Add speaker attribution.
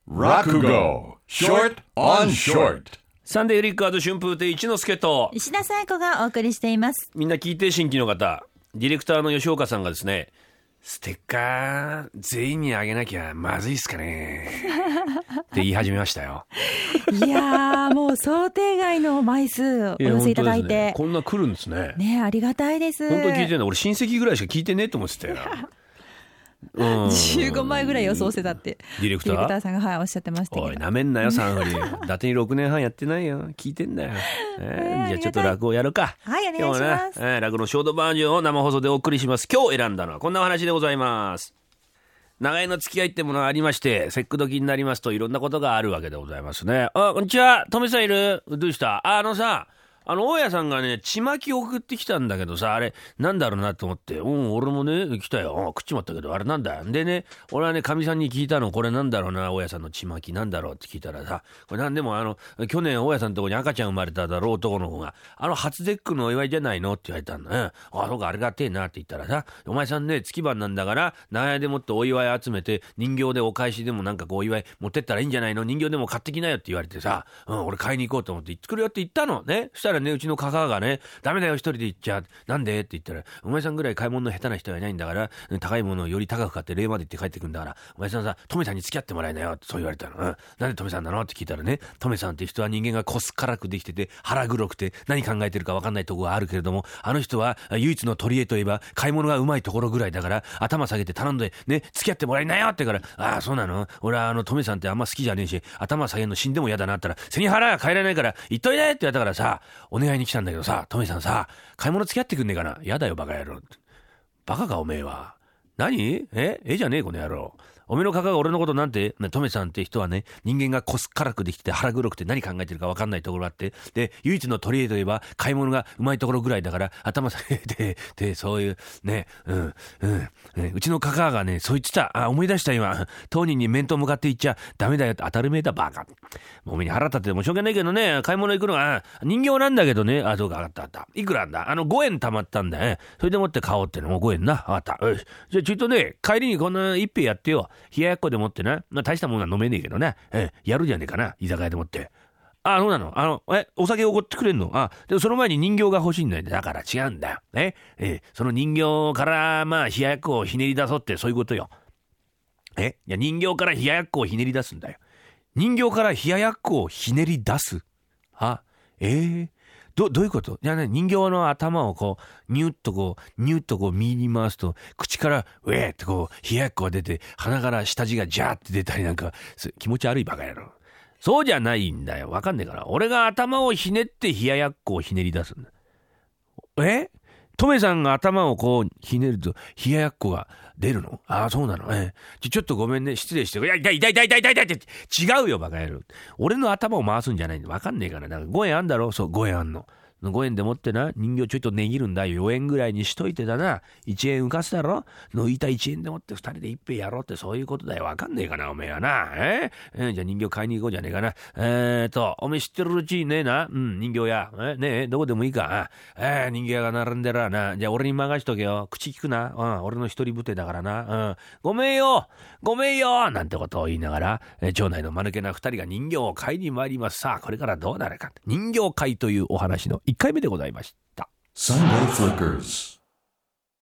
Speaker 1: 落語 Short on Short。
Speaker 2: サンデーリッカード春風亭一之輔と
Speaker 3: 石田紗友子がお送りしています。
Speaker 2: みんな聞いて新規の方、ディレクターの吉岡さんがですね、ステッカー全員にあげなきゃまずいっすかねって言い始めましたよ。
Speaker 3: いやーもう想定外の枚数お寄せいただいて、
Speaker 2: ね、こんな来るんですね。
Speaker 3: ね、ありがたいです。
Speaker 2: 本当に聞いてんだ。俺親戚ぐらいしか聞いてねえと思ってたよな。
Speaker 3: 15枚ぐらい予想してたって
Speaker 2: ディレクター
Speaker 3: さんが、はい、おっしゃってましたけど。
Speaker 2: おいなめんなよ3振り。伊達に6年半やってないよ。聞いてんだよ、じゃあちょっと落語やるか。
Speaker 3: はい、お願いします。
Speaker 2: 落語のショートバージョンを生放送でお送りします。今日選んだのはこんなお話でございます。長屋の付き合いってものがありまして、節句時になりますといろんなことがあるわけでございますね。あ、こんにちは、トメさんいる？どうした？さ、大家さんがね、ちまき送ってきたんだけどさ、あれ、なんだろうなと思って、俺もね、来たよ。食っちまったけど、あれなんだ。でね、俺はね、かみさんに聞いたの、これなんだろうな、大家さんのちまきなんだろうって聞いたらさ、これなんでも去年大家さんのとこに赤ちゃん生まれただろう男の子が、初節句のお祝いじゃないのって言われたんだ。そうか、ありがてえなって言ったらさ、お前さんね、月番なんだから、長屋でもってお祝い集めて、人形でお返しでもなんかこうお祝い持ってったらいいんじゃないの？人形でも買ってきなよって言われてさ、俺買いに行こうと思って作るよって言ったのね。そしたらね、うちのカカがね、ダメだよ一人で行っちゃう。なんでって言ったら、お前さんぐらい買い物の下手な人はいないんだから、高いものをより高く買って礼まで行って帰ってくんだから、お前さんさ、トメさんに付き合ってもらえなよってそう言われたの。なんでトメさんなのって聞いたらね、トメさんって人は人間がこすからくできてて、腹黒くて何考えてるか分かんないとこがあるけれども、あの人は唯一の取り柄といえば買い物がうまいところぐらいだから、頭下げて頼んでね、付き合ってもらえなよってから、ああそうなの？俺はトメさんってあんま好きじゃねえし、頭下げるの死んでも嫌だなったら、背に腹が変えられないから言っといでって言われたからさ、お願いに来たんだけどさ、トメさんさ、買い物付き合ってくんねえかな。やだよバカ野郎。バカかおめえは。何？じゃねえこの野郎。おめえのカカが俺のことなんて、トメさんって人はね、人間がこすっからくできて腹黒くて何考えてるか分かんないところがあって、で唯一の取り柄といえば買い物がうまいところぐらいだから頭下げてそういうね、うちのカカがねそう言ってた。思い出した今。当人に面と向かって言っちゃダメだよって当たり前だバカ。おめえに腹立ってもしょうがないけどね、買い物行くのが人形なんだけどね。そうか、分かった。いくらなんだ？5円貯まったんだよ。それでもって買おうってのも5円な。分かった。よし。じゃあちょっとね、帰りにこんな一杯やってよ。冷ややっこでもってな。大したもんは飲めねえけどな。やるじゃねえかな。居酒屋でもって。そうなの。お酒おごってくれんの？でもその前に人形が欲しいんだよ。だから違うんだよ。その人形から冷ややっこをひねり出そうってそういうことよ。いや人形から冷ややっこをひねり出すんだよ。人形から冷ややっこをひねり出す？どういうこと？じゃあね、人形の頭をこうニュッと右に回すと口からウェーってこう冷ややっこが出て、鼻から下地がジャーって出たりなんか気持ち悪いバカ野郎。そうじゃないんだよ。わかんねえから。俺が頭をひねって冷ややっこをひねり出すんだ。トメさんが頭をこうひねると冷ややっこが出るの？そうなの。ちょっとごめんね、失礼して。いや痛い違うよバカ野郎。俺の頭を回すんじゃないんだ。わかんねえから。なんか5円あんだろ。そう5円あんの。5円でもってな、人形ちょいと値切るんだよ。4円ぐらいにしといてだな。1円浮かすだろ。抜いた1円でもって2人で一杯やろうってそういうことだよ。わかんねえかなおめえはな。じゃあ人形買いに行こうじゃねえかな。おめえ知ってるうちにねえな。人形屋。ねえ、どこでもいいか。人形屋が並んでらな。じゃあ俺に任しとけよ。口聞くな。俺の一人ぶてだからな。ごめんよなんてことを言いながら、町内の間抜けな2人が人形を買いに参ります。さあこれからどうなるか。人形買いというお話の1回目でございました。
Speaker 1: Sunday Flickers